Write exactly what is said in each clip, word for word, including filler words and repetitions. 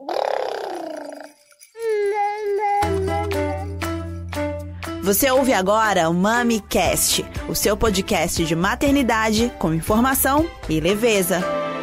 Você ouve agora o MamiCast, o seu podcast de maternidade com informação e leveza.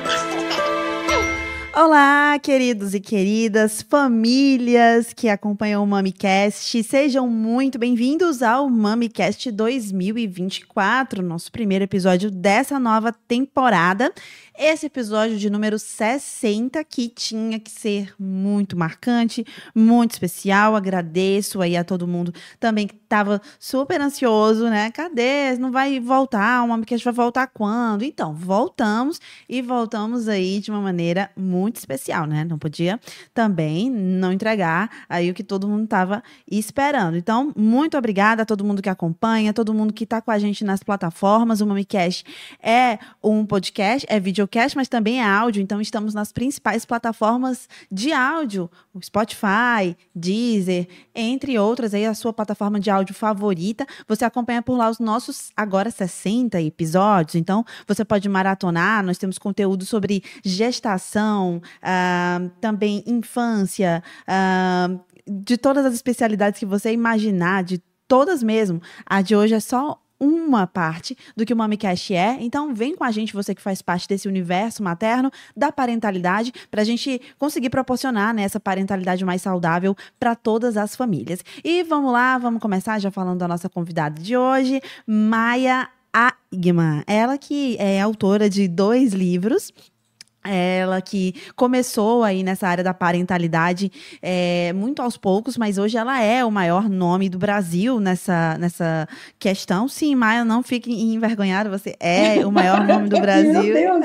Olá, queridos e queridas, famílias que acompanham o MamiCast, sejam muito bem-vindos ao MamiCast dois mil e vinte e quatro, nosso primeiro episódio dessa nova temporada. Esse episódio de número sessenta, que tinha que ser muito marcante, muito especial. Agradeço aí a todo mundo também que estava super ansioso, né? Cadê? Não vai voltar? O MamiCast vai voltar quando? Então, voltamos e voltamos aí de uma maneira muito especial, né? Não podia também não entregar aí o que todo mundo estava esperando. Então, muito obrigada a todo mundo que acompanha, todo mundo que está com a gente nas plataformas. O MamiCast é um podcast, é videocast, mas também é áudio, então estamos nas principais plataformas de áudio, o Spotify, Deezer, entre outras, aí a sua plataforma de áudio favorita. Você acompanha por lá os nossos agora sessenta episódios, então você pode maratonar. Nós temos conteúdo sobre gestação, uh, também infância, uh, de todas as especialidades que você imaginar, de todas mesmo. A de hoje é só uma parte do que o MamiCast é, então vem com a gente, você que faz parte desse universo materno, da parentalidade, para a gente conseguir proporcionar, né, essa parentalidade mais saudável para todas as famílias. E vamos lá, vamos começar já falando da nossa convidada de hoje, Maia Aigman, ela que é autora de dois livros. Ela que começou aí nessa área da parentalidade é, muito aos poucos, mas hoje ela é o maior nome do Brasil nessa, nessa questão. Sim, Maia, não fique envergonhada, você é o maior nome do Brasil. Meu Deus!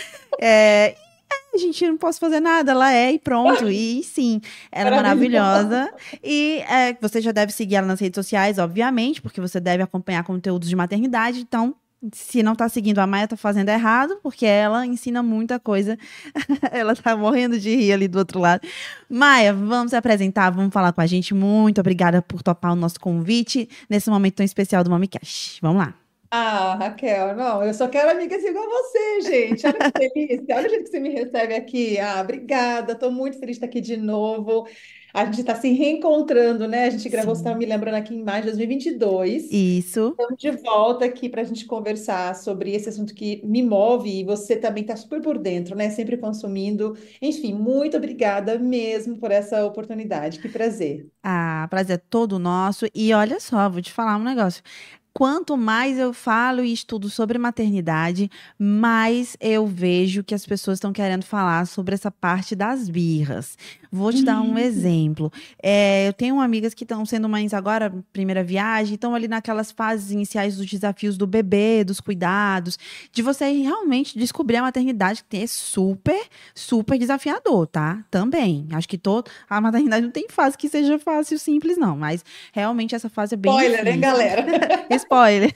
É, a gente não posso fazer nada, ela é e pronto. E sim, ela é maravilhosa. E é, você já deve seguir ela nas redes sociais, obviamente, porque você deve acompanhar conteúdos de maternidade, então... Se não tá seguindo a Maia, tá fazendo errado, porque ela ensina muita coisa. Ela tá morrendo de rir ali do outro lado. Maia, vamos se apresentar, vamos falar com a gente. Muito obrigada por topar o nosso convite nesse momento tão especial do MamiCast. Vamos lá. Ah, Raquel, não, eu só quero amigas igual a você, gente. Olha que delícia, olha o jeito que você me recebe aqui. Ah, obrigada, estou muito feliz de estar aqui de novo. A gente está se reencontrando, né? A gente gravou, você estava Sim. me lembrando aqui em maio de dois mil e vinte e dois. Isso. Estamos de volta aqui para a gente conversar sobre esse assunto que me move e você também está super por dentro, né? Sempre consumindo. Enfim, muito obrigada mesmo por essa oportunidade. Que prazer. Ah, prazer é todo nosso. E olha só, vou te falar um negócio. Quanto mais eu falo e estudo sobre maternidade, mais eu vejo que as pessoas estão querendo falar sobre essa parte das birras. Vou te dar um exemplo. É, eu tenho amigas que estão sendo mães agora, primeira viagem, estão ali naquelas fases iniciais dos desafios do bebê, dos cuidados, de você realmente descobrir a maternidade, que é super, super desafiador, tá? Também. Acho que todo, a maternidade não tem fase que seja fácil, simples, não, mas realmente essa fase é bem Spoiler, hein, difícil. galera? Spoiler.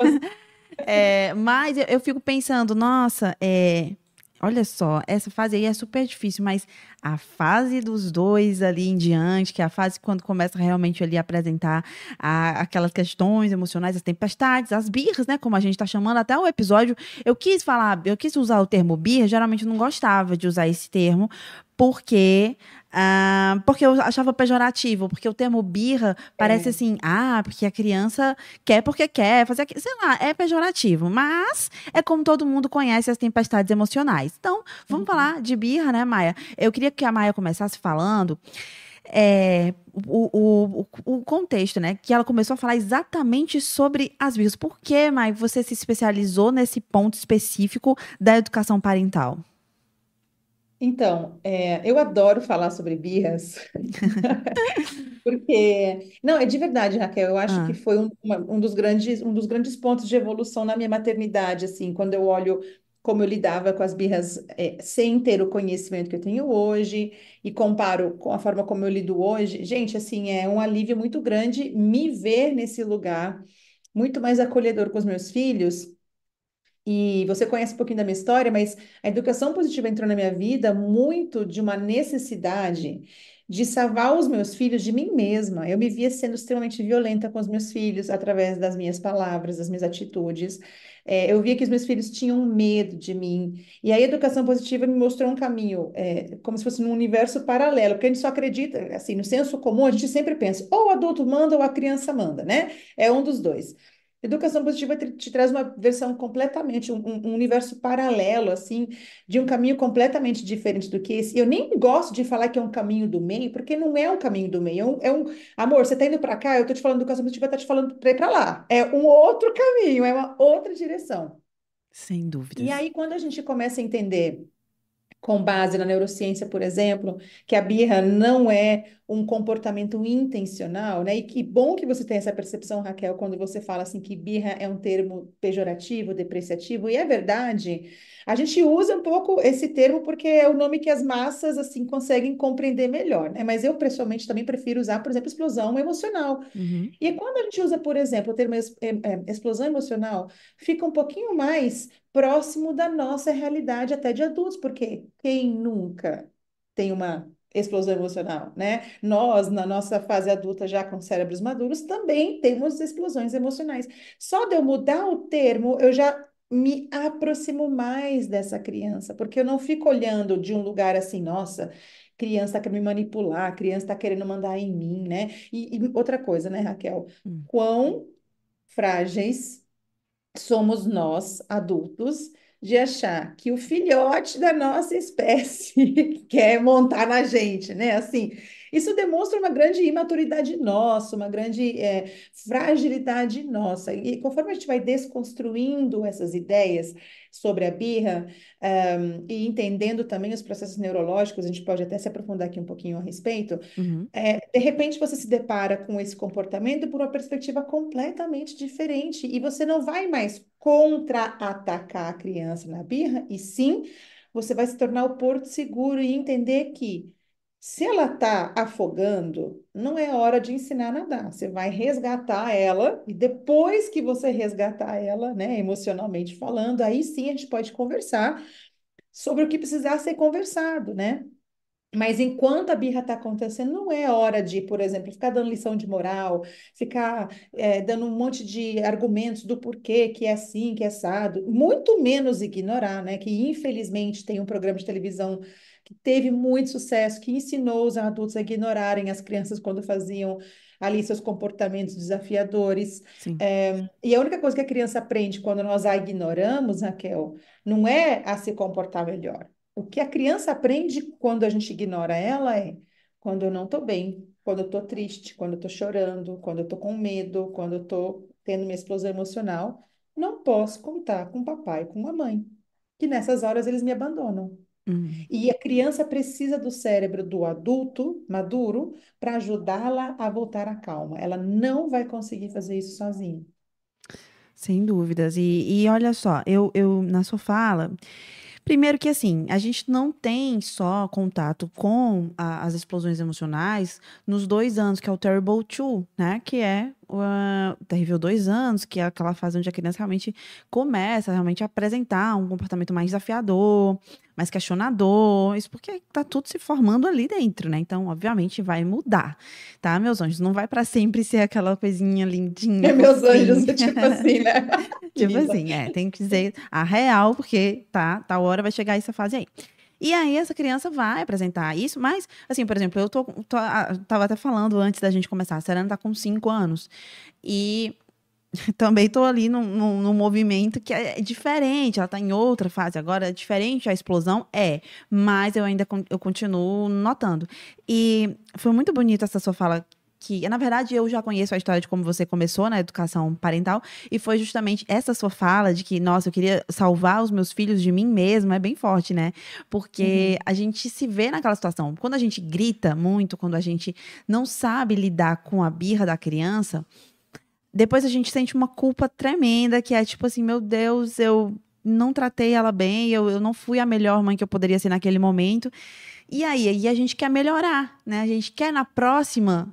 É, mas eu, eu fico pensando, nossa, é, olha só, essa fase aí é super difícil, mas a fase dos dois ali em diante, que é a fase quando começa realmente ali a apresentar a- aquelas questões emocionais, as tempestades, as birras, né, como a gente tá chamando, até o episódio, eu quis falar, eu quis usar o termo birra, geralmente eu não gostava de usar esse termo, porque ah, porque eu achava pejorativo, porque o termo birra parece É. assim, ah, porque a criança quer porque quer, fazer aquilo, sei lá, é pejorativo, mas é como todo mundo conhece as tempestades emocionais. Então, vamos Uhum. falar de birra, né, Maia? Eu queria que a Maia começasse falando é, o, o, o, o contexto, né? Que ela começou a falar exatamente sobre as birras. Por que, Maia, você se especializou nesse ponto específico da educação parental? Então, é, eu adoro falar sobre birras, porque, não, é de verdade, Raquel, eu acho que Ah, foi um, uma- um dos grandes, um dos grandes pontos de evolução na minha maternidade, assim, quando eu olho como eu lidava com as birras, é, sem ter o conhecimento que eu tenho hoje, e comparo com a forma como eu lido hoje, gente, assim, é um alívio muito grande me ver nesse lugar, muito mais acolhedor com os meus filhos. E você conhece um pouquinho da minha história, mas a educação positiva entrou na minha vida muito de uma necessidade de salvar os meus filhos de mim mesma. Eu me via sendo extremamente violenta com os meus filhos através das minhas palavras, das minhas atitudes. É, eu via que os meus filhos tinham medo de mim. E a educação positiva me mostrou um caminho, é, como se fosse num universo paralelo, porque a gente só acredita, assim, no senso comum, a gente sempre pensa, ou o adulto manda ou a criança manda, né? É um dos dois. Educação positiva te, te traz uma versão completamente, um, um um universo paralelo, assim, de um caminho completamente diferente do que esse. Eu nem gosto de falar que é um caminho do meio, porque não é um caminho do meio. É um, é um- amor, você tá indo para cá, eu tô te falando educação positiva, tá te falando para ir para lá. É um outro caminho, é uma outra direção. Sem E dúvidas. aí, quando a gente começa a entender com base na neurociência, por exemplo, que a birra não é um comportamento intencional, né? E que bom que você tem essa percepção, Raquel, quando você fala assim que birra é um termo pejorativo, depreciativo, e é verdade. A gente usa um pouco esse termo porque é o nome que as massas assim conseguem compreender melhor, né? Mas eu pessoalmente também prefiro usar, por exemplo, explosão emocional. Uhum. E quando a gente usa, por exemplo, o termo es- é, é, explosão emocional, fica um pouquinho mais próximo da nossa realidade até de adultos, porque quem nunca tem uma explosão emocional, né? Nós, na nossa fase adulta, já com cérebros maduros, também temos explosões emocionais. Só de eu mudar o termo, eu já me aproximo mais dessa criança, porque eu não fico olhando de um lugar assim, nossa, criança está querendo me manipular, criança está querendo mandar em mim, né? E, e outra coisa, né, Raquel? Hum. Quão frágeis somos nós, adultos, de achar que o filhote da nossa espécie quer montar na gente, né? Assim, isso demonstra uma grande imaturidade nossa, uma grande é, fragilidade nossa. E conforme a gente vai desconstruindo essas ideias sobre a birra, um, e entendendo também os processos neurológicos, a gente pode até se aprofundar aqui um pouquinho a respeito. Uhum. É, de repente você se depara com esse comportamento por uma perspectiva completamente diferente e você não vai mais contra-atacar a criança na birra, e sim você vai se tornar o porto seguro e entender que se ela está afogando, não é hora de ensinar a nadar. Você vai resgatar ela e depois que você resgatar ela, né, emocionalmente falando, aí sim a gente pode conversar sobre o que precisar ser conversado, né? Mas enquanto a birra está acontecendo, não é hora de, por exemplo, ficar dando lição de moral, ficar é, dando um monte de argumentos do porquê que é assim, que é assado, muito menos ignorar, né? Que infelizmente tem um programa de televisão que teve muito sucesso, que ensinou os adultos a ignorarem as crianças quando faziam ali seus comportamentos desafiadores. Sim. É, e a única coisa que a criança aprende quando nós a ignoramos, Raquel, não é a se comportar melhor. O que a criança aprende quando a gente ignora ela é quando eu não estou bem, quando eu estou triste, quando eu estou chorando, quando eu estou com medo, quando eu estou tendo uma explosão emocional, não posso contar com o papai, com a mãe, que nessas horas eles me abandonam. Hum. E a criança precisa do cérebro do adulto maduro para ajudá-la a voltar à calma. Ela não vai conseguir fazer isso sozinha. Sem dúvidas. E, e olha só, eu, eu, na sua fala, primeiro que assim, a gente não tem só contato com a- as explosões emocionais nos dois anos, que é o Terrible Two, né? Que é o ah, terrível dois anos, que é aquela fase onde a criança realmente começa realmente a apresentar um comportamento mais desafiador, mais questionador. Isso porque tá tudo se formando ali dentro, né? Então, obviamente, vai mudar, tá, meus anjos? Não vai para sempre ser aquela coisinha lindinha, É meus anjos, fofinha. é tipo assim, né? Que Tipo linda. assim, é, tem que dizer a real, porque tá, tal hora vai chegar essa fase aí. E aí essa criança vai apresentar isso, mas, assim, por exemplo, eu tô, tô ah, tava até falando antes da gente começar, a Serena tá com cinco anos. E também tô ali num, num, num movimento que é diferente, ela tá em outra fase agora, é diferente a explosão, é, mas eu ainda con- eu continuo notando. E foi muito bonito essa sua fala, que, na verdade, eu já conheço a história de como você começou na educação parental, e foi justamente essa sua fala de que, nossa, eu queria salvar os meus filhos de mim mesma, é bem forte, né? Porque Uhum. a gente se vê naquela situação. Quando a gente grita muito, quando a gente não sabe lidar com a birra da criança, depois a gente sente uma culpa tremenda, que é tipo assim, meu Deus, eu não tratei ela bem, eu, eu não fui a melhor mãe que eu poderia ser naquele momento. E aí, aí a gente quer melhorar, né? A gente quer na próxima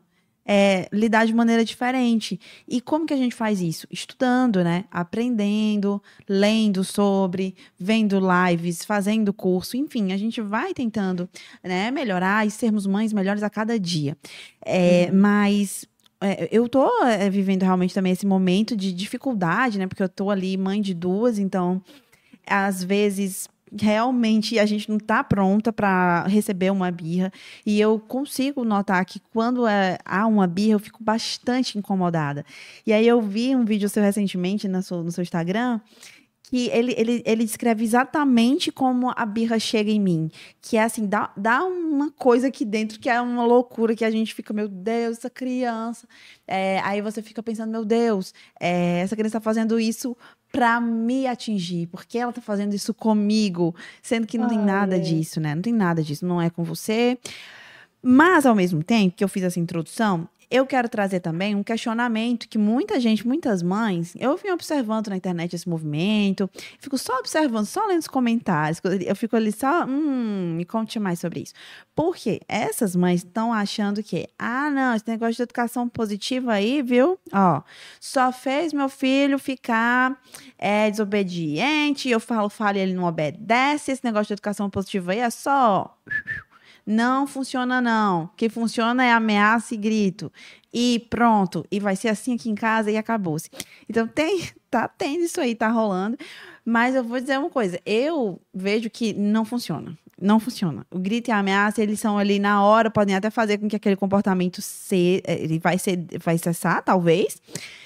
é, lidar de maneira diferente. E como que a gente faz isso? Estudando, né? Aprendendo, lendo sobre, vendo lives, fazendo curso, enfim, a gente vai tentando, né, melhorar e sermos mães melhores a cada dia. É, Uhum. mas é, eu tô é, vivendo realmente também esse momento de dificuldade, né? Porque eu tô ali mãe de duas, então às vezes realmente a gente não está pronta para receber uma birra e eu consigo notar que quando é- há uma birra eu fico bastante incomodada. E aí eu vi um vídeo seu recentemente na sua- no seu Instagram que ele, ele, ele descreve exatamente como a birra chega em mim. Que é assim, dá, dá uma coisa aqui dentro que é uma loucura, que a gente fica, meu Deus, essa criança. É, aí você fica pensando, meu Deus, é, essa criança está fazendo isso para me atingir, porque ela está fazendo isso comigo, sendo que não tem Ai, nada é. disso, né? Não tem nada disso, não é com você. Mas, ao mesmo tempo que eu fiz essa introdução, eu quero trazer também um questionamento que muita gente, muitas mães, eu vim observando na internet esse movimento, fico só observando, só lendo os comentários, eu fico ali só, hum, me conte mais sobre isso. Porque essas mães estão achando que, ah, não, esse negócio de educação positiva aí, viu? Ó, só fez meu filho ficar é, desobediente, eu falo, falo e ele não obedece, esse negócio de educação positiva aí é só não funciona, não. O que funciona é ameaça e grito. E pronto. E vai ser assim aqui em casa e acabou-se. Então, tem, tá tendo isso aí, tá rolando. Mas eu vou dizer uma coisa. Eu vejo que não funciona. Não funciona. O grito e a ameaça, eles são ali na hora, podem até fazer com que aquele comportamento se, eh, ele vai, ser, vai cessar, talvez.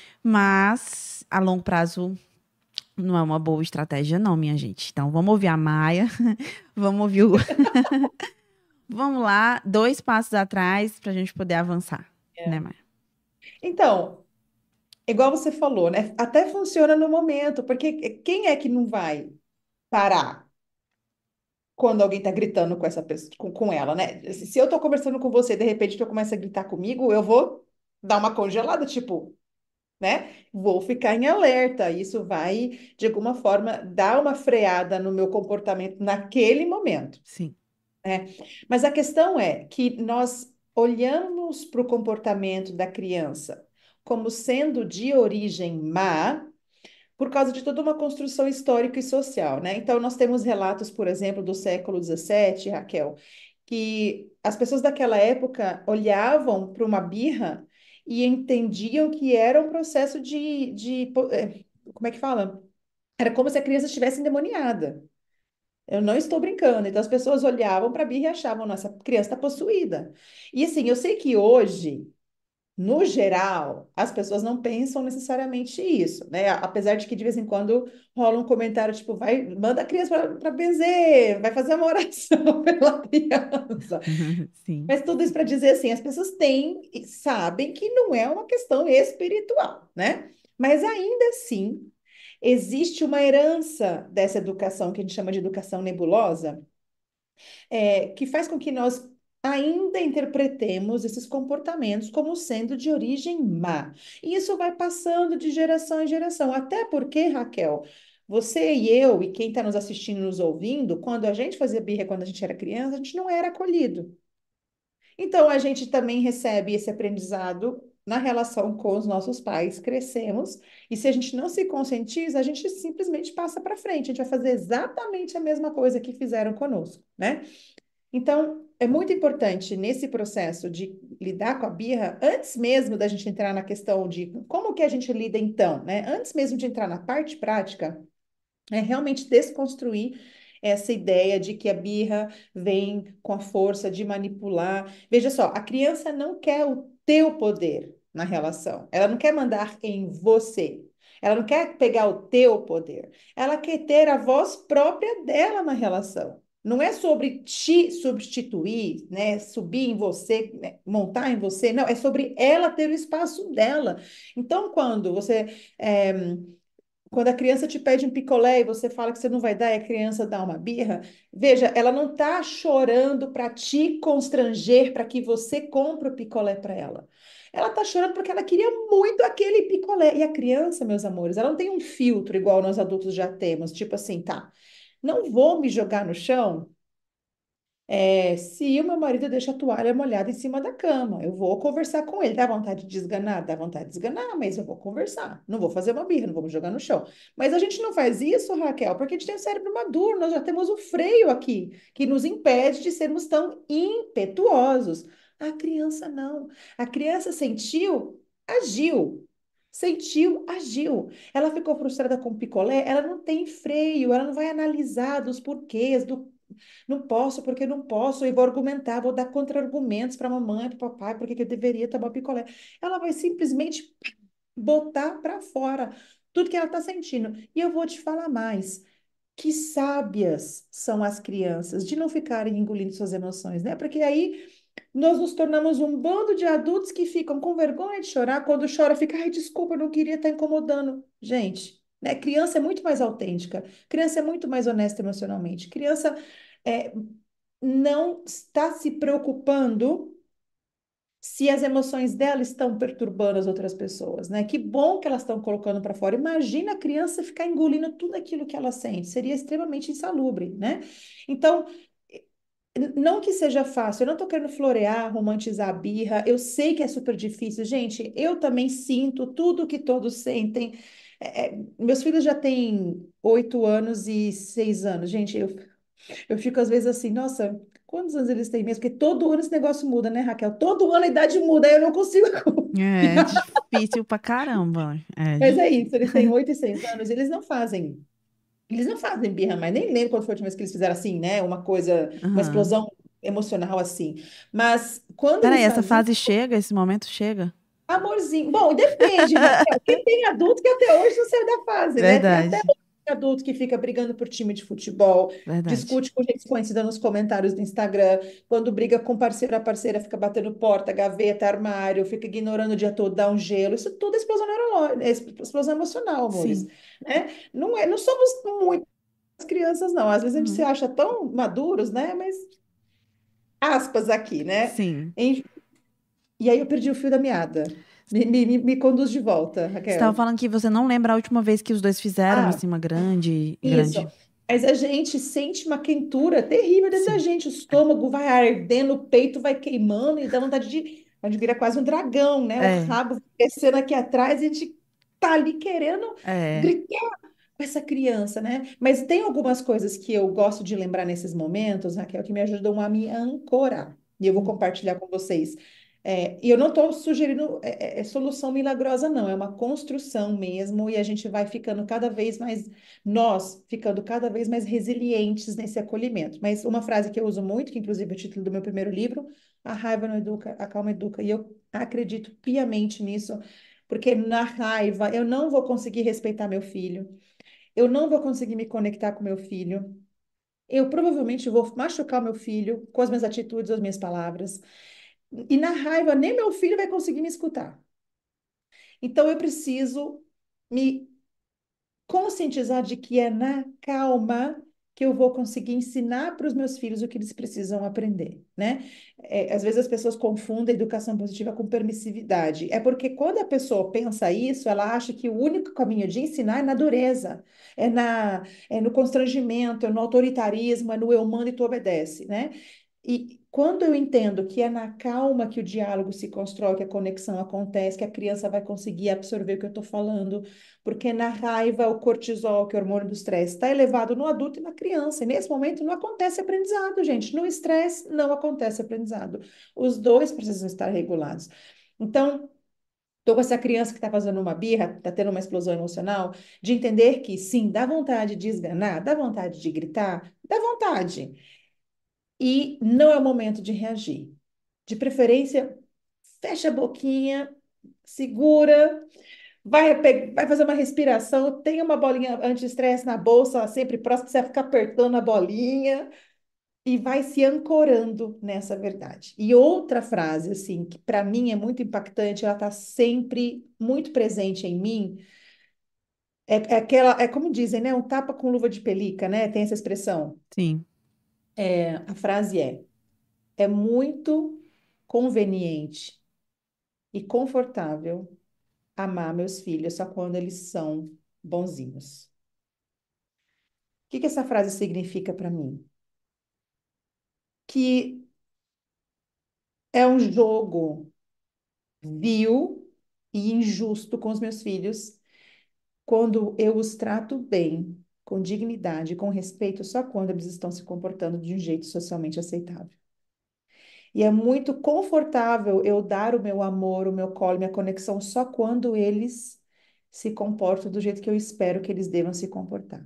Mas, a longo prazo, não é uma boa estratégia, não, minha gente. Então, vamos ouvir a Maia. Vamos ouvir o, vamos lá, dois passos atrás para a gente poder avançar, né, É. Maia? Então, igual você falou, né? Até funciona no momento, porque quem é que não vai parar quando alguém tá gritando com essa pessoa, com, com ela, né? Se se eu tô conversando com você, de repente tu começa a gritar comigo, eu vou dar uma congelada, tipo, né? Vou ficar em alerta. Isso vai, de alguma forma, dar uma freada no meu comportamento naquele momento, Sim, né? Mas a questão é que nós olhamos para o comportamento da criança como sendo de origem má por causa de toda uma construção histórica e social, né? Então, nós temos relatos, por exemplo, do século dezessete, Raquel, que as pessoas daquela época olhavam para uma birra e entendiam que era um processo de, de, po- eh, como é que fala? Era como se a criança estivesse endemoniada. Eu não estou brincando. Então, as pessoas olhavam para a birra e achavam, nossa, a criança está possuída. E assim, eu sei que hoje no geral, as pessoas não pensam necessariamente isso, né? Apesar de que de vez em quando rola um comentário tipo, vai, manda a criança para benzer, vai fazer uma oração pela criança. sim, Mas tudo isso para dizer assim, as pessoas têm e sabem que não é uma questão espiritual, né? Mas ainda assim, existe uma herança dessa educação que a gente chama de educação nebulosa, é, que faz com que nós ainda interpretemos esses comportamentos como sendo de origem má. E isso vai passando de geração em geração. Até porque, Raquel, você e eu, e quem está nos assistindo, nos ouvindo, quando a gente fazia birra quando a gente era criança, a gente não era acolhido. Então, a gente também recebe esse aprendizado na relação com os nossos pais, crescemos, e se a gente não se conscientiza, a gente simplesmente passa para frente, a gente vai fazer exatamente a mesma coisa que fizeram conosco, né? Então, é muito importante nesse processo de lidar com a birra, antes mesmo da gente entrar na questão de como que a gente lida então, né? Antes mesmo de entrar na parte prática, é realmente desconstruir essa ideia de que a birra vem com a força de manipular. Veja só, a criança não quer o teu poder na relação. Ela não quer mandar em você. Ela não quer pegar o teu poder. Ela quer ter a voz própria dela na relação. Não é sobre te substituir, né? Subir em você, né? Montar em você. Não, é sobre ela ter o espaço dela. Então, quando você é, quando a criança te pede um picolé e você fala que você não vai dar e a criança dá uma birra, veja, ela não está chorando para te constranger para que você compre o picolé para ela. Ela está chorando porque ela queria muito aquele picolé. E a criança, meus amores, ela não tem um filtro igual nós adultos já temos, tipo assim, tá, não vou me jogar no chão É, se o meu marido deixa a toalha molhada em cima da cama, eu vou conversar com ele. Dá vontade de desganar? Dá vontade de desganar, mas eu vou conversar. Não vou fazer uma birra, não vou me jogar no chão. Mas a gente não faz isso, Raquel, porque a gente tem o cérebro maduro, nós já temos o freio aqui, que nos impede de sermos tão impetuosos. A criança não. A criança sentiu, agiu. Sentiu, agiu. Ela ficou frustrada com o picolé, ela não tem freio, ela não vai analisar dos porquês, do não posso, porque não posso, e vou argumentar, vou dar contra-argumentos para a mamãe, para o papai, porque que eu deveria tomar picolé. Ela vai simplesmente botar para fora tudo que ela está sentindo. E eu vou te falar mais. Que sábias são as crianças de não ficarem engolindo suas emoções, né? Porque aí nós nos tornamos um bando de adultos que ficam com vergonha de chorar, quando chora, fica, ai, desculpa, eu não queria estar incomodando. Gente, né? Criança é muito mais autêntica, criança é muito mais honesta emocionalmente, criança é, não está se preocupando se as emoções dela estão perturbando as outras pessoas, né? Que bom que elas estão colocando para fora. Imagina a criança ficar engolindo tudo aquilo que ela sente, seria extremamente insalubre, né? Então, não que seja fácil, eu não estou querendo florear, romantizar a birra, eu sei que é super difícil, gente, eu também sinto tudo que todos sentem. É, é, meus filhos já têm oito anos e seis anos, gente, eu eu fico às vezes assim, nossa, quantos anos eles têm mesmo? Porque todo ano esse negócio muda, né, Raquel? Todo ano a idade muda, aí eu não consigo É acompanhar. difícil pra caramba. É Mas é difícil. isso, eles têm oito e seis anos, eles não fazem, eles não fazem birra mais, nem lembro quando foi a última vez que eles fizeram assim, né? Uma coisa, uma Aham. explosão emocional assim. Mas quando Peraí, eles essa faziam, fase chega, esse momento chega? amorzinho. Bom, depende, Raquel. Porque tem adulto que até hoje não saiu da fase, né? Tem até Verdade, hoje adulto que fica brigando por time de futebol, verdade. discute com gente desconhecida nos comentários do Instagram, quando briga com parceiro, a parceira fica batendo porta, gaveta, armário, fica ignorando o dia todo, dá um gelo. Isso tudo é explosão neurológica, é explosão emocional, amores. Sim. Né? Não é, não somos muitas crianças, não. Às vezes a gente se Uhum. acha tão maduros, né? Mas aspas aqui, né? Sim. E aí eu perdi o fio da meada. Me, me, me me conduz de volta, Você estava Raquel. falando que você não lembra a última vez que os dois fizeram Ah, assim uma grande, isso. grande. Mas a gente sente uma quentura terrível dentro da Sim. gente. O estômago vai ardendo, o peito vai queimando e dá vontade de. A gente vira quase um dragão, né? O É, rabo descendo aqui atrás, a gente tá ali querendo é. gritar com essa criança, né? Mas tem algumas coisas que eu gosto de lembrar nesses momentos, Raquel, que me ajudam a me ancorar. E eu vou Hum. compartilhar com vocês. É, e eu não estou sugerindo é, é, é solução milagrosa, não. É uma construção mesmo, e a gente vai ficando cada vez mais, nós ficando cada vez mais resilientes nesse acolhimento. Mas uma frase que eu uso muito, que inclusive é o título do meu primeiro livro, a raiva não educa, a calma educa. E eu acredito piamente nisso, porque na raiva eu não vou conseguir respeitar meu filho. Eu não vou conseguir me conectar com meu filho. Eu provavelmente vou machucar o meu filho com as minhas atitudes, as minhas palavras. E na raiva, nem meu filho vai conseguir me escutar. Então eu preciso me conscientizar de que é na calma que eu vou conseguir ensinar para os meus filhos o que eles precisam aprender, né? É, às vezes as pessoas confundem educação positiva com permissividade. É porque quando a pessoa pensa isso, ela acha que o único caminho de ensinar é na dureza, é na, é no constrangimento, é no autoritarismo, é no eu mando e tu obedece, né? E quando eu entendo que é na calma que o diálogo se constrói, que a conexão acontece, que a criança vai conseguir absorver o que eu estou falando, porque na raiva, o cortisol, que é o hormônio do estresse, está elevado no adulto e na criança. E nesse momento não acontece aprendizado, gente. No estresse não acontece aprendizado. Os dois precisam estar regulados. Então, estou com essa criança que está fazendo uma birra, está tendo uma explosão emocional, de entender que sim, dá vontade de esganar, dá vontade de gritar, dá vontade. E não é o momento de reagir. De preferência, fecha a boquinha, segura, vai, vai fazer uma respiração, tem uma bolinha anti-estresse na bolsa, sempre próxima, você vai ficar apertando a bolinha e vai se ancorando nessa verdade. E outra frase, assim, que para mim é muito impactante, ela está sempre muito presente em mim, é, é aquela, é como dizem, né? Um tapa com luva de pelica, né? Tem essa expressão. Sim. É, a frase é: é muito conveniente e confortável amar meus filhos só quando eles são bonzinhos. O que que essa frase significa para mim? que é um jogo vil e injusto com os meus filhos quando eu os trato bem, com dignidade, com respeito, só quando eles estão se comportando de um jeito socialmente aceitável. E é muito confortável eu dar o meu amor, o meu colo, minha conexão, só quando eles se comportam do jeito que eu espero que eles devam se comportar.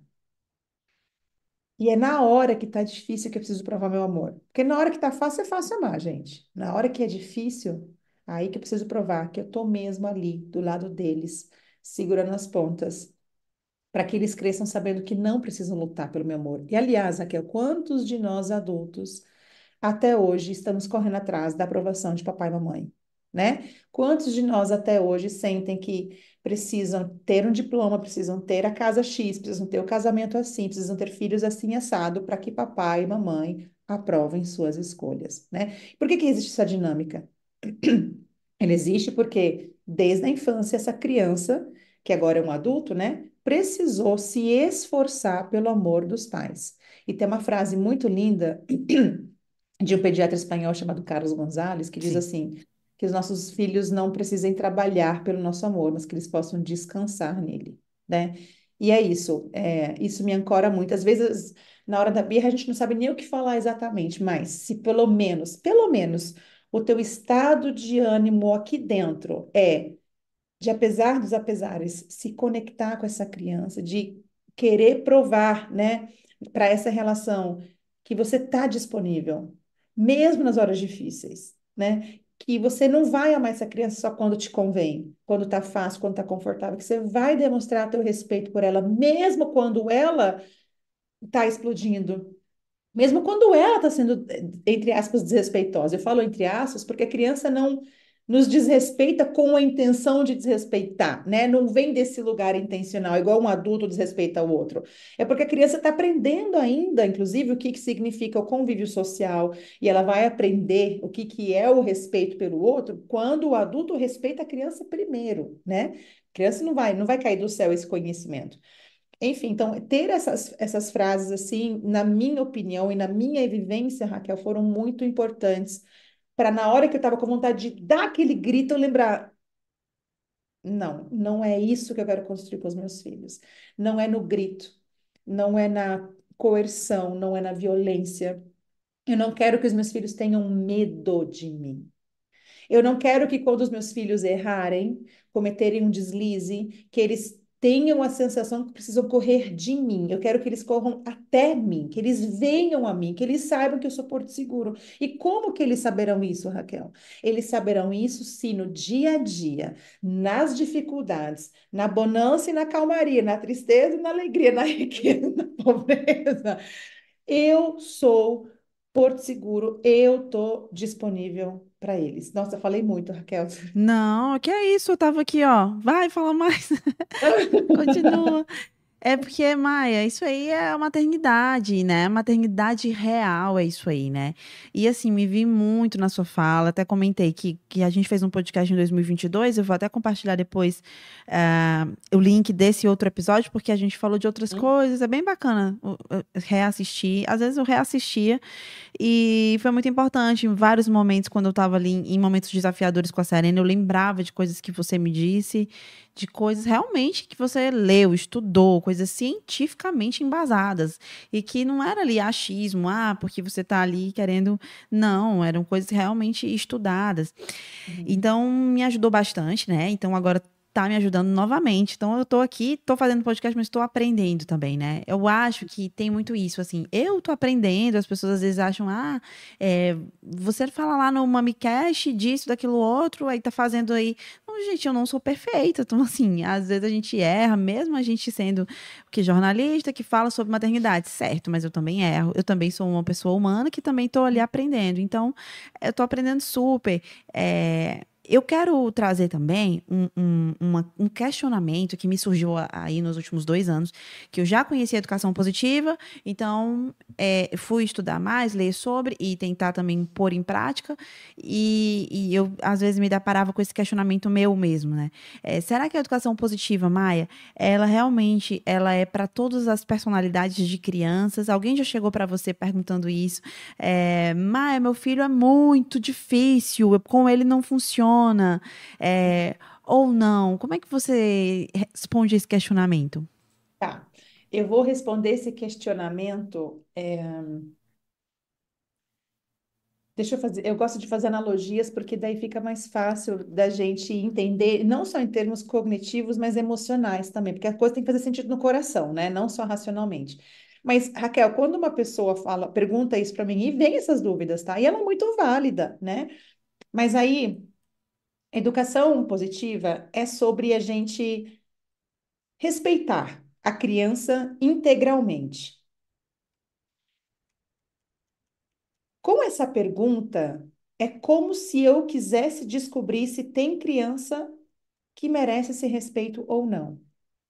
E é na hora que tá difícil que eu preciso provar meu amor. Porque na hora que tá fácil, é fácil amar, gente. Na hora que é difícil, aí que eu preciso provar que eu tô mesmo ali, do lado deles, segurando as pontas, para que eles cresçam sabendo que não precisam lutar pelo meu amor. E aliás, Raquel, quantos de nós adultos até hoje estamos correndo atrás da aprovação de papai e mamãe, né? Quantos de nós até hoje sentem que precisam ter um diploma, precisam ter a casa X, precisam ter o casamento assim, precisam ter filhos assim assado para que papai e mamãe aprovem suas escolhas, né? Por que que existe essa dinâmica? Ele existe porque desde a infância essa criança, que agora é um adulto, né, precisou se esforçar pelo amor dos pais. E tem uma frase muito linda de um pediatra espanhol chamado Carlos Gonzalez, que diz Sim. assim, que os nossos filhos não precisem trabalhar pelo nosso amor, mas que eles possam descansar nele, né? E é isso, é, isso me ancora muito. Às vezes, na hora da birra, a gente não sabe nem o que falar exatamente, mas se pelo menos, pelo menos, o teu estado de ânimo aqui dentro é de, apesar dos apesares, se conectar com essa criança, de querer provar, né, para essa relação que você está disponível, mesmo nas horas difíceis, né? Que você não vai amar essa criança só quando te convém, quando tá fácil, quando tá confortável, que você vai demonstrar teu respeito por ela, mesmo quando ela tá explodindo, mesmo quando ela está sendo, entre aspas, desrespeitosa. Eu falo entre aspas porque a criança não nos desrespeita com a intenção de desrespeitar, né? Não vem desse lugar intencional, igual um adulto desrespeita o outro. É porque a criança está aprendendo ainda, inclusive, o que que significa o convívio social, e ela vai aprender o que que é o respeito pelo outro quando o adulto respeita a criança primeiro, né? A criança não vai, não vai cair do céu esse conhecimento. Enfim, então, ter essas, essas frases, assim, na minha opinião e na minha vivência, Raquel, foram muito importantes para, na hora que eu estava com vontade de dar aquele grito, eu lembrar: não, não é isso que eu quero construir com os meus filhos. Não é no grito, não é na coerção, não é na violência. Eu não quero que os meus filhos tenham medo de mim. Eu não quero que quando os meus filhos errarem, cometerem um deslize, que eles tenham a sensação que precisam correr de mim. Eu quero que eles corram até mim, que eles venham a mim, que eles saibam que eu sou porto seguro. E como que eles saberão isso, Raquel? Eles saberão isso se no dia a dia, nas dificuldades, na bonança e na calmaria, na tristeza e na alegria, na riqueza e na pobreza, eu sou Porto Seguro, eu tô disponível para eles. Nossa, falei muito, Raquel. Não, que é isso? Eu tava aqui, ó. Vai, fala mais. Continua. É porque, Maia, isso aí é a maternidade, né? A maternidade real é isso aí, né? E assim, me vi muito na sua fala, até comentei que, que a gente fez um podcast em dois mil e vinte e dois, eu vou até compartilhar depois ah, o link desse outro episódio, porque a gente falou de outras coisas, é bem bacana o- o- reassistir. Às vezes eu reassistia e foi muito importante em vários momentos, quando eu estava ali em em momentos desafiadores com a Serena, eu lembrava de coisas que você me disse, de coisas realmente que você leu, estudou, coisas cientificamente embasadas. E que não era ali achismo, ah, porque você está ali querendo. Não, eram coisas realmente estudadas. Uhum. Então, me ajudou bastante, né? Então, agora tá me ajudando novamente. Então, eu tô aqui, tô fazendo podcast, mas estou aprendendo também, né? Eu acho que tem muito isso, assim. Eu tô aprendendo, as pessoas às vezes acham, ah, é, você fala lá no MamiCast disso, daquilo outro, aí tá fazendo aí. Não, gente, eu não sou perfeita. Então, assim, às vezes a gente erra, mesmo a gente sendo que jornalista que fala sobre maternidade, certo, mas eu também erro. Eu também sou uma pessoa humana que também tô ali aprendendo. Então, eu tô aprendendo super. É, eu quero trazer também um, um, uma- um questionamento que me surgiu a- aí nos últimos dois anos, que eu já conhecia educação positiva, então é, fui estudar mais, ler sobre e tentar também pôr em prática, e, e eu às vezes me deparava com esse questionamento meu mesmo, né? É, será que a educação positiva, Maia, ela realmente ela é para todas as personalidades de crianças? Alguém já chegou para você perguntando isso? É, Maia, meu filho é muito difícil, eu- com ele não funciona. É, ou não? Como é que você responde esse questionamento? Tá. Eu vou responder esse questionamento. é, Deixa eu fazer. Eu gosto de fazer analogias porque daí fica mais fácil da gente entender, não só em termos cognitivos, mas emocionais também, porque a coisa tem que fazer sentido no coração, né? Não só racionalmente. Mas, Raquel, quando uma pessoa fala, pergunta isso para mim e vem essas dúvidas, tá? E ela é muito válida, né? Mas aí, educação positiva é sobre a gente respeitar a criança integralmente. Com essa pergunta, é como se eu quisesse descobrir se tem criança que merece esse respeito ou não.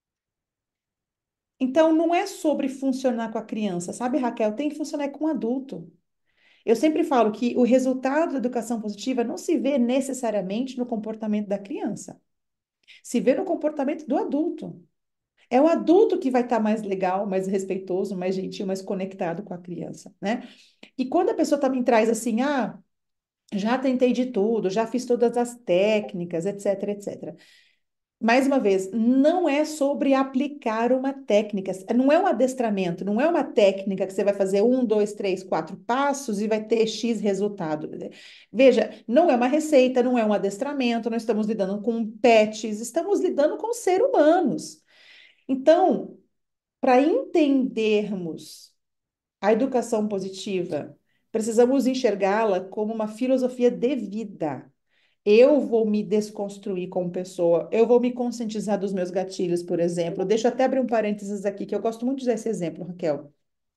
Então, não é sobre funcionar com a criança, sabe, Raquel? Tem que funcionar com o adulto. Eu sempre falo que o resultado da educação positiva não se vê necessariamente no comportamento da criança, se vê no comportamento do adulto. É o adulto que vai estar mais legal, mais respeitoso, mais gentil, mais conectado com a criança, né? E quando a pessoa também traz assim, ah, já tentei de tudo, já fiz todas as técnicas, etc, etcétera. Mais uma vez, não é sobre aplicar uma técnica, não é um adestramento, não é uma técnica que você vai fazer um, dois, três, quatro passos e vai ter X resultado. Veja, não é uma receita, não é um adestramento, não estamos lidando com pets, estamos lidando com seres humanos. Então, para entendermos a educação positiva, precisamos enxergá-la como uma filosofia de vida. Eu vou me desconstruir como pessoa, eu vou me conscientizar dos meus gatilhos, por exemplo. Deixa eu até abrir um parênteses aqui, que eu gosto muito de usar esse exemplo, Raquel.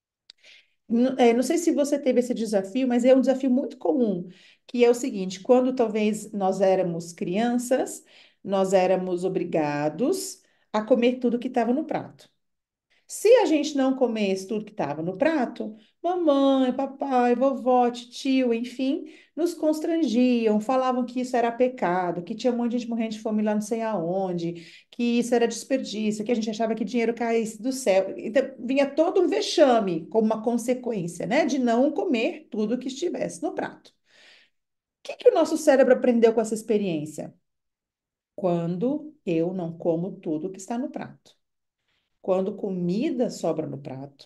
N- é, não sei se você teve esse desafio, mas é um desafio muito comum, que é o seguinte: quando talvez nós éramos crianças, nós éramos obrigados a comer tudo que estava no prato. Se a gente não comesse tudo que estava no prato, mamãe, papai, vovó, tio, enfim, nos constrangiam, falavam que isso era pecado, que tinha um monte de gente morrendo de fome lá não sei aonde, que isso era desperdício, que a gente achava que dinheiro caísse do céu. Então, vinha todo um vexame como uma consequência, né, de não comer tudo que estivesse no prato. O que que o nosso cérebro aprendeu com essa experiência? Quando eu não como tudo que está no prato. Quando comida sobra no prato,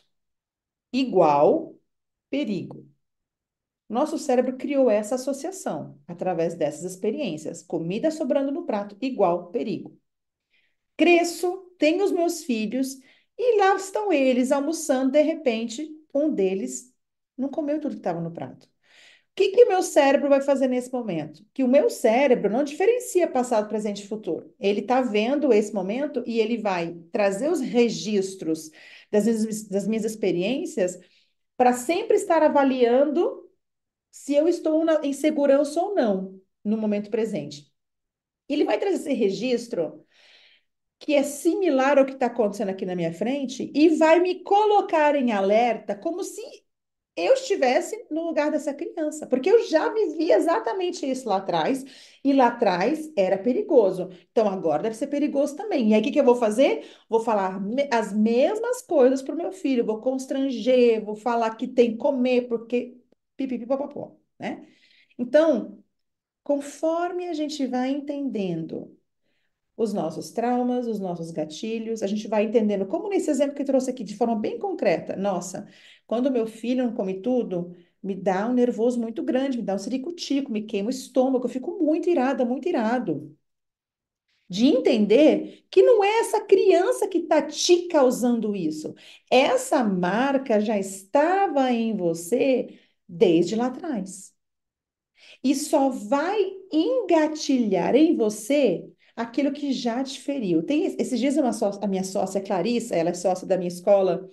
igual perigo. Nosso cérebro criou essa associação através dessas experiências. Comida sobrando no prato, igual perigo. Cresço, tenho os meus filhos e lá estão eles almoçando. De repente, um deles não comeu tudo que estava no prato. O que que meu cérebro vai fazer nesse momento? Que o meu cérebro não diferencia passado, presente e futuro. Ele está vendo esse momento e ele vai trazer os registros das minhas, das minhas experiências para sempre estar avaliando se eu estou na, em segurança ou não no momento presente. Ele vai trazer esse registro que é similar ao que está acontecendo aqui na minha frente e vai me colocar em alerta como se eu estivesse no lugar dessa criança, porque eu já vivi exatamente isso lá atrás, e lá atrás era perigoso. Então agora deve ser perigoso também. E aí o que que eu vou fazer? Vou falar me- as mesmas coisas para o meu filho, vou constranger, vou falar que tem que comer, porque pipipipopopó, né? Então, conforme a gente vai entendendo os nossos traumas, os nossos gatilhos, a gente vai entendendo, como nesse exemplo que eu trouxe aqui, de forma bem concreta. Nossa, quando meu filho não come tudo, me dá um nervoso muito grande, me dá um ciricutico, me queima o estômago, eu fico muito irada, muito irado. De entender que não é essa criança que está te causando isso. Essa marca já estava em você desde lá atrás e só vai engatilhar em você aquilo que já te feriu. Tem esses dias uma sócia, a minha sócia Clarissa, ela é sócia da minha escola,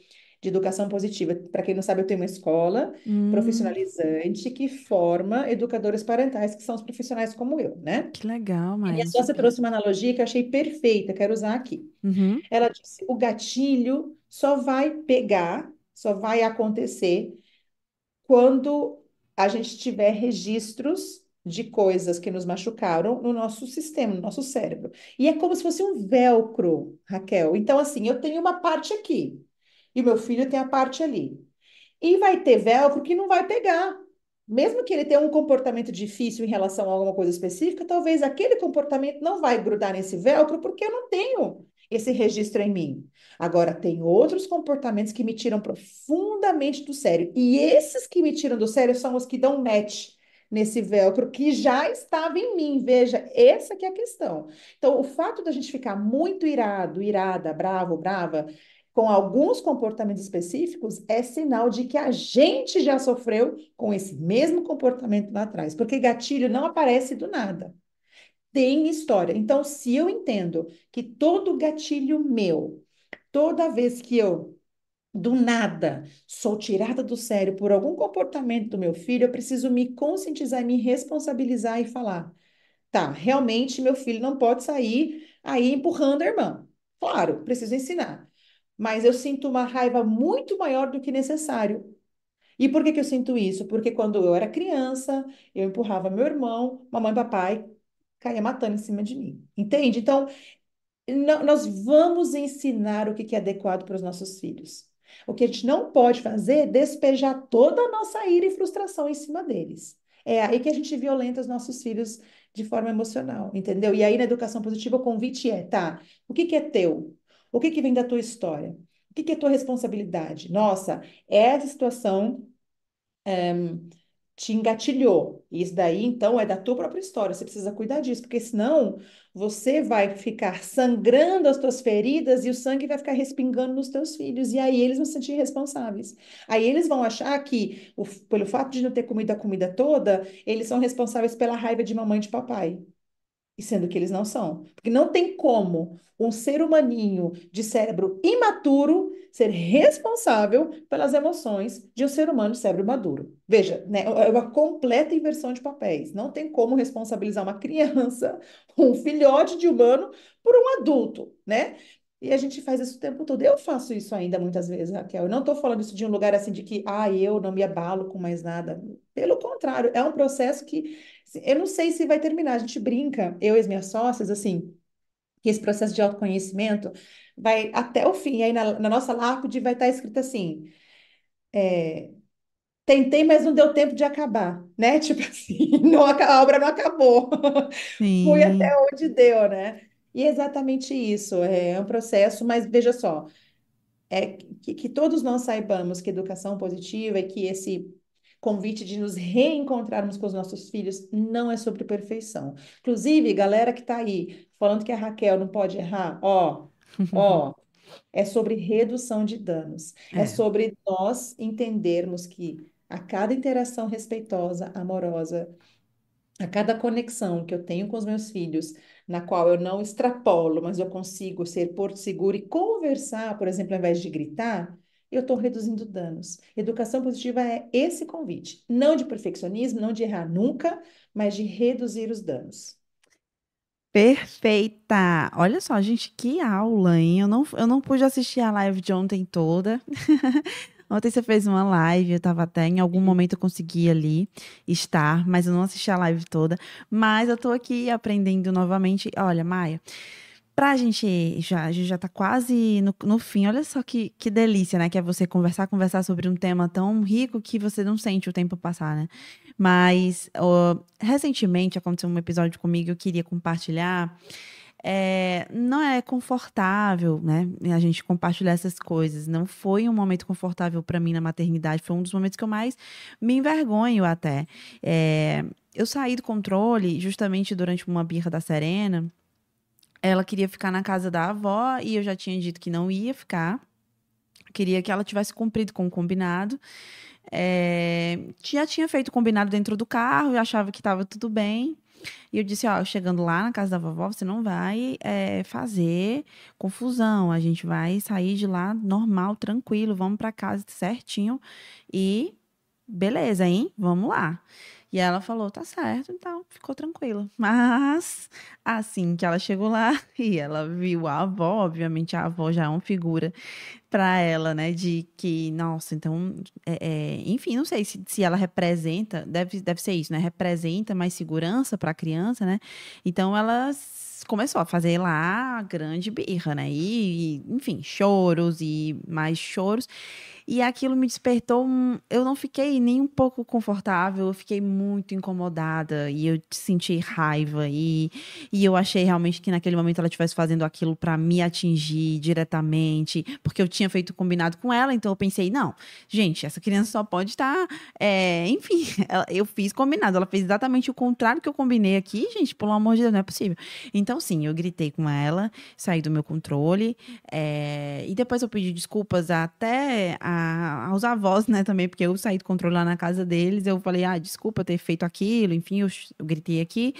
de educação positiva. Para quem não sabe, eu tenho uma escola Hum, profissionalizante que forma educadores parentais, que são os profissionais como eu, né? que legal, E minha Maia, sócia super. trouxe uma analogia que eu achei perfeita, quero usar aqui. Uhum, Ela disse: o gatilho só vai pegar, só vai acontecer quando a gente tiver registros de coisas que nos machucaram no nosso sistema, no nosso cérebro. E é como se fosse um velcro, Raquel. Então, assim, eu tenho uma parte aqui e o meu filho tem a parte ali. E vai ter velcro que não vai pegar. Mesmo que ele tenha um comportamento difícil em relação a alguma coisa específica, talvez aquele comportamento não vai grudar nesse velcro porque eu não tenho esse registro em mim. Agora, tem outros comportamentos que me tiram profundamente do sério. E esses que me tiram do sério são os que dão match nesse velcro que já estava em mim. Veja, essa que é a questão. Então, o fato da gente ficar muito irado, irada, bravo, brava, com alguns comportamentos específicos, é sinal de que a gente já sofreu com esse mesmo comportamento lá atrás, porque gatilho não aparece do nada. Tem história. Então, se eu entendo que todo gatilho meu, toda vez que eu do nada sou tirada do sério por algum comportamento do meu filho, eu preciso me conscientizar, me responsabilizar e falar: tá, realmente meu filho não pode sair aí empurrando a irmã. Claro, preciso ensinar. Mas eu sinto uma raiva muito maior do que necessário. E por que que eu sinto isso? Porque quando eu era criança, eu empurrava meu irmão, mamãe e papai caía matando em cima de mim. Entende? Então, nó- nós vamos ensinar o que que é adequado para os nossos filhos. O que a gente não pode fazer é despejar toda a nossa ira e frustração em cima deles. É aí que a gente violenta os nossos filhos de forma emocional, entendeu? E aí na educação positiva o convite é, tá, o que que é teu? O que que vem da tua história? O que que é tua responsabilidade? Nossa, essa situação te engatilhou. Isso daí, então, é da tua própria história. Você precisa cuidar disso, porque senão você vai ficar sangrando as tuas feridas e o sangue vai ficar respingando nos teus filhos. E aí eles vão se sentir responsáveis. Aí eles vão achar que, o- pelo fato de não ter comido a comida toda, eles são responsáveis pela raiva de mamãe e de papai. E sendo que eles não são. Porque não tem como um ser humaninho de cérebro imaturo ser responsável pelas emoções de um ser humano de cérebro maduro. Veja, né, é uma completa inversão de papéis. Não tem como responsabilizar uma criança, um filhote de humano, por um adulto, né? E a gente faz isso o tempo todo. Eu faço isso ainda muitas vezes, Raquel. Eu não estou falando isso de um lugar assim de que, ah, eu não me abalo com mais nada. Pelo contrário, é um processo que eu não sei se vai terminar. A gente brinca, eu e as minhas sócias, assim, que esse processo de autoconhecimento vai até o fim. E aí na, na nossa lápide vai estar escrito assim: tentei, mas não deu tempo de acabar, né? Tipo assim, não, aca- a obra não acabou. Fui até sim. onde deu, né? E é exatamente isso. É um processo, mas veja só. É que, que todos nós saibamos que educação positiva e que esse convite de nos reencontrarmos com os nossos filhos não é sobre perfeição. Inclusive, galera que está aí falando que a Raquel não pode errar, ó, ó, é sobre redução de danos. É É. sobre nós entendermos que a cada interação respeitosa, amorosa, a cada conexão que eu tenho com os meus filhos, na qual eu não extrapolo, mas eu consigo ser porto seguro e conversar, por exemplo, ao invés de gritar, eu estou reduzindo danos. Educação positiva é esse convite, não de perfeccionismo, não de errar nunca, mas de reduzir os danos. Perfeita! Olha só, gente, que aula, hein? Eu não, eu não pude assistir a live de ontem toda. Ontem você fez uma live, eu tava até, em algum momento eu consegui ali estar, mas eu não assisti a live toda. Mas eu tô aqui aprendendo novamente. Olha, Maia, pra gente já, a gente já tá quase no, no fim. Olha só que, que delícia, né? Que é você conversar, conversar sobre um tema tão rico que você não sente o tempo passar, né? Mas ó, recentemente aconteceu um episódio comigo, eu queria compartilhar. É, não é confortável, né? A gente compartilhar essas coisas. Não foi um momento confortável para mim na maternidade. Foi um dos momentos que eu mais me envergonho até. É, eu saí do controle justamente durante uma birra da Serena. Ela queria ficar na casa da avó e eu já tinha dito que não ia ficar. Queria que ela tivesse cumprido com o combinado. É, já tinha feito o combinado dentro do carro, eu achava que estava tudo bem. E eu disse, ó, chegando lá na casa da vovó, você não vai é, fazer confusão. A gente vai sair de lá normal, tranquilo, vamos pra casa certinho e beleza, hein? Vamos lá. E ela falou, tá certo, então ficou tranquila. Mas, assim que ela chegou lá e ela viu a avó, obviamente a avó já é uma figura para ela, né? De que, nossa, então, é, é, enfim, não sei se, se ela representa, deve, deve ser isso, né? Representa mais segurança para a criança, né? Então ela s- começou a fazer lá a grande birra, né? E, e, enfim, choros e mais choros. E aquilo me despertou um. Eu não fiquei nem um pouco confortável, eu fiquei muito incomodada e eu senti raiva. E, e eu achei realmente que naquele momento ela estivesse fazendo aquilo para me atingir diretamente, porque eu tinha feito combinado com ela, então eu pensei, não, gente, essa criança só pode estar. É, enfim, ela- eu fiz combinado, ela fez exatamente o contrário que eu combinei aqui, gente, pelo amor de Deus, não é possível. Então, sim, eu gritei com ela, saí do meu controle. É, e depois eu pedi desculpas até a- aos avós, né, também, porque eu saí do controle lá na casa deles. Eu falei, ah, desculpa ter feito aquilo, enfim, eu, ch- eu gritei aqui.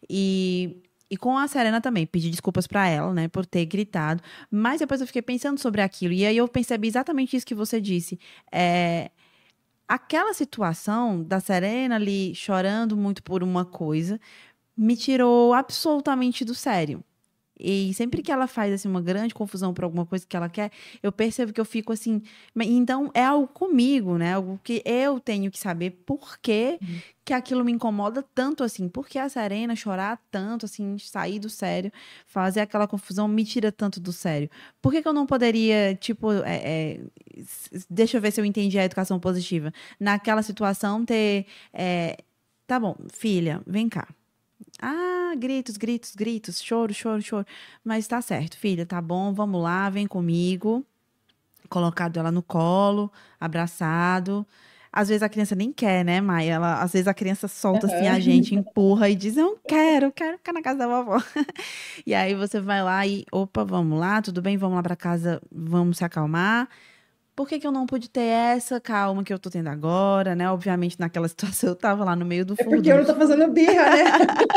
E, e com a Serena também, pedi desculpas pra ela, né, por ter gritado. Mas depois eu fiquei pensando sobre aquilo. E aí eu percebi exatamente isso que você disse. É, aquela situação da Serena ali chorando muito por uma coisa me tirou absolutamente do sério. E sempre que ela faz assim uma grande confusão por alguma coisa que ela quer, eu percebo que eu fico assim, "Mas então é algo comigo, né? Algo que eu tenho que saber por que que aquilo me incomoda tanto assim, por que a Serena chorar tanto assim, sair do sério, fazer aquela confusão me tira tanto do sério. Por que que eu não poderia, tipo, é, é, s- deixa eu ver se eu entendi a educação positiva. Naquela situação ter, é, tá bom, filha, vem cá. Ah, gritos, gritos, gritos, choro, choro, choro. Mas tá certo, filha, tá bom, vamos lá, vem comigo. Colocado ela no colo, abraçado. Às vezes a criança nem quer, né, Maia? Ela, às vezes a criança solta assim a gente, Aham. empurra e diz: Eu não quero, eu quero ficar na casa da vovó. E aí você vai lá e, opa, vamos lá, tudo bem, vamos lá pra casa, vamos se acalmar. Por que que eu não pude ter essa calma que eu tô tendo agora, né? Obviamente, naquela situação eu tava lá no meio do É porque eu não tô furdunço. fazendo birra, né?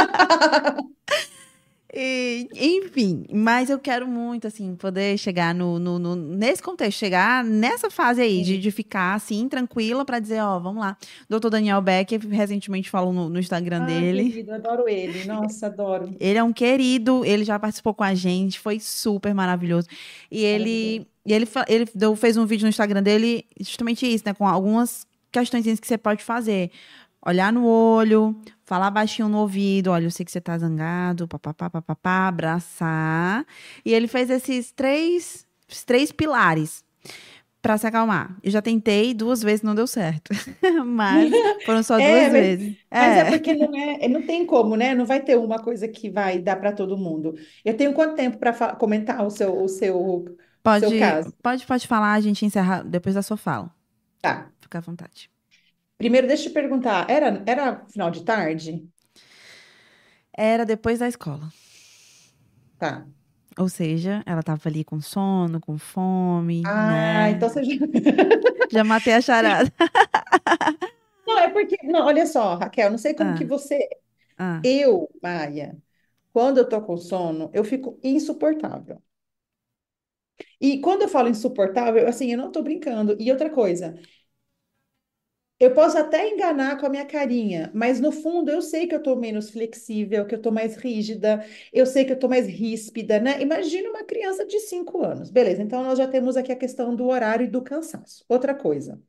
E, enfim, mas eu quero muito, assim, poder chegar no, no- no- nesse contexto, chegar nessa fase aí, de, Sim. de ficar, assim, tranquila pra dizer, ó, vamos lá. doutor Daniel Becker recentemente falou no, no Instagram Ah, dele. querido, adoro ele. Nossa, adoro. Ele é um querido, ele já participou com a gente, foi super maravilhoso. E Maravilhoso. ele, e ele, fa- ele deu- fez um vídeo no Instagram dele, justamente isso, né, com algumas questões que você pode fazer. Olhar no olho, falar baixinho no ouvido, olha, eu sei que você tá zangado, papapá, papapá, abraçar. E ele fez esses três, esses três pilares pra se acalmar. Eu já tentei duas vezes, não deu certo. Mas foram só É, duas mas, vezes. mas é É, porque não é, é- não tem como, né? Não vai ter uma coisa que vai dar para todo mundo. Eu tenho quanto tempo para comentar o seu, o seu, o seu pode, caso? pode, pode falar, a gente encerra depois da sua fala. Tá. Fica à vontade. Primeiro, deixa eu te perguntar, era, era final de tarde? Era depois da escola. Tá. Ou seja, ela tava ali com sono, com fome, Ah, né? então você já... Já matei a charada. Não, é porque... Não, olha só, Raquel, não sei como que Ah, você... ah. Eu, Maia, quando eu tô com sono, eu fico insuportável. E quando eu falo insuportável, assim, eu não tô brincando. E outra coisa, eu posso até enganar com a minha carinha, mas no fundo eu sei que eu tô menos flexível, que eu tô mais rígida, eu sei que eu tô mais ríspida, né? Imagina uma criança de cinco anos. Beleza, então nós já temos aqui a questão do horário e do cansaço. Outra coisa,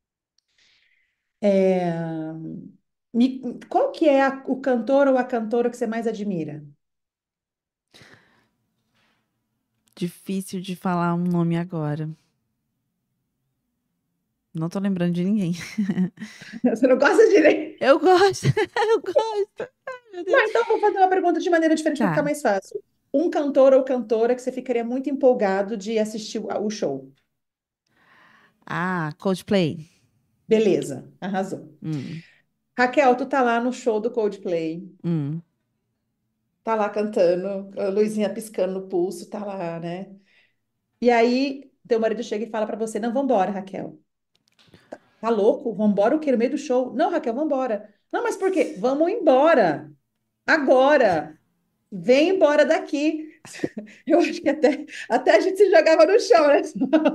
é, me- qual que é a- o cantor ou a cantora que você mais admira? Difícil de falar um nome agora. Não tô lembrando de ninguém. Você não gosta de ler? Eu gosto, eu gosto. Ai, meu Deus. Não, então eu vou fazer uma pergunta de maneira diferente para ficar Tá. mais fácil. Um cantor ou cantora que você ficaria muito empolgado de assistir o o show. Ah, Coldplay. Beleza, arrasou. Hum, Raquel, tu tá lá no show do Coldplay, hum. tá lá cantando, a luzinha piscando no pulso, tá lá, né? E aí, teu marido chega e fala pra você: Não, vambora, Raquel. Tá louco? Vambora o quê? No meio do show? Não, Raquel, vambora. Não, mas por quê? Vamos embora. agora, vem embora daqui. Eu acho que até, até a gente se jogava no chão, né?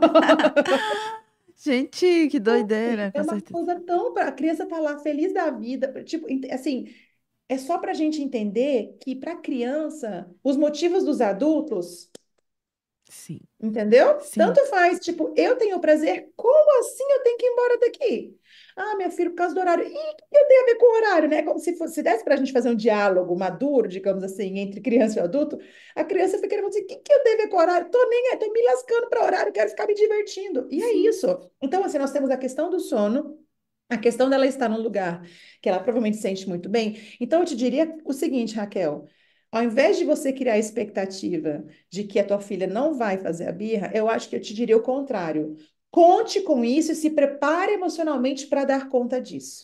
Gente, que doideira, É com uma certeza. coisa tão. A criança tá lá feliz da vida. Tipo, ent- assim, é só para a gente entender que para a criança, os motivos dos adultos. Sim, Entendeu? sim, Tanto faz, tipo, eu tenho prazer, como assim eu tenho que ir embora daqui? Ah, minha filha, por causa do horário. E o que eu tenho a ver com o horário, né? Como se fosse, se desse para a gente fazer um diálogo maduro, digamos assim, entre criança e adulto, a criança fica querendo dizer, o que, que eu tenho a ver com o horário? Tô nem aí, tô me lascando para horário, quero ficar me divertindo. E é sim. isso. Então, assim, nós temos a questão do sono, a questão dela estar num lugar que ela provavelmente sente muito bem. Então, eu te diria o seguinte, Raquel, ao invés de você criar a expectativa de que a tua filha não vai fazer a birra, eu acho que eu te diria o contrário. Conte com isso e se prepare emocionalmente para dar conta disso.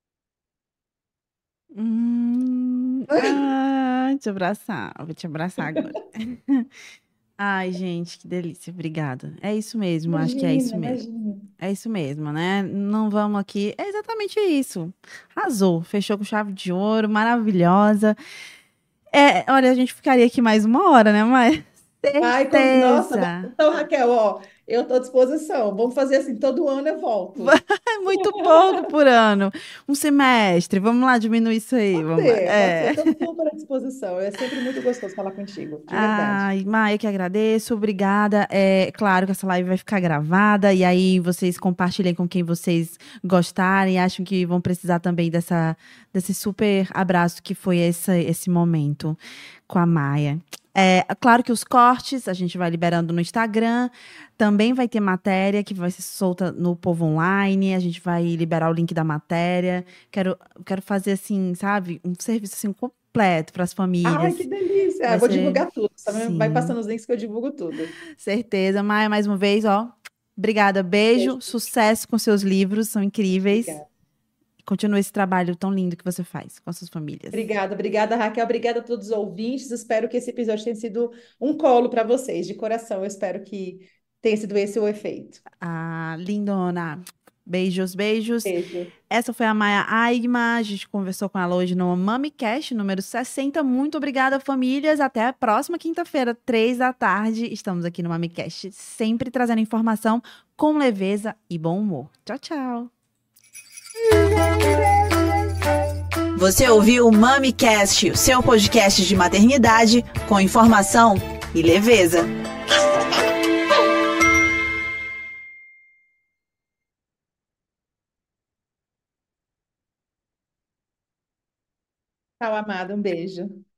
Hum, ah, te abraçar. Vou te abraçar agora. Ai, gente, que delícia. Obrigada. É isso mesmo, acho que é Imagina, isso mesmo. imagina. É isso mesmo, né? Não vamos aqui. É exatamente isso. Arrasou. Fechou com chave de ouro, maravilhosa. É, olha, a gente ficaria aqui mais uma hora, né? Mas Ai, com... nossa, vamos- certeza. então, Raquel, ó, eu estou à disposição. Vamos fazer assim, todo ano eu volto. É muito pouco por ano. Um semestre. Vamos lá diminuir isso aí. Pode Vamos lá. ser, pode ser, É. estou super à disposição. É sempre muito gostoso falar contigo, de verdade. Ai, Maia, que agradeço, obrigada. É claro que essa live vai ficar gravada e aí vocês compartilhem com quem vocês gostarem, acham que vão precisar também dessa, desse super abraço que foi essa, esse momento com a Maia. É, claro que os cortes a gente vai liberando no Instagram, também vai ter matéria que vai ser solta no Povo Online, a gente vai liberar o link da matéria. Quero, quero fazer assim, sabe, um serviço assim completo para as Ai, que famílias. delícia! Vai Vou ser, divulgar tudo. Só me- vai sim, passando os links que eu divulgo tudo. certeza. Maia, mais uma vez, ó. Obrigada, beijo, Beijo. sucesso com seus livros, são incríveis. Obrigada. Continue esse trabalho tão lindo que você faz com as suas famílias. Obrigada, obrigada, Raquel. Obrigada a todos os ouvintes. Espero que esse episódio tenha sido um colo para vocês, de coração. Eu espero que tenha sido esse o efeito. Ah, lindona. Beijos, beijos. Beijo. Essa foi a Maia Aigma. A gente conversou com ela hoje no MamiCast número sessenta. Muito obrigada, famílias. Até a próxima quinta-feira, três da tarde. Estamos aqui no MamiCast, sempre trazendo informação com leveza e bom humor. Tchau, tchau. Você ouviu o MamiCast, o seu podcast de maternidade com informação e leveza. Tchau, amada. Um beijo.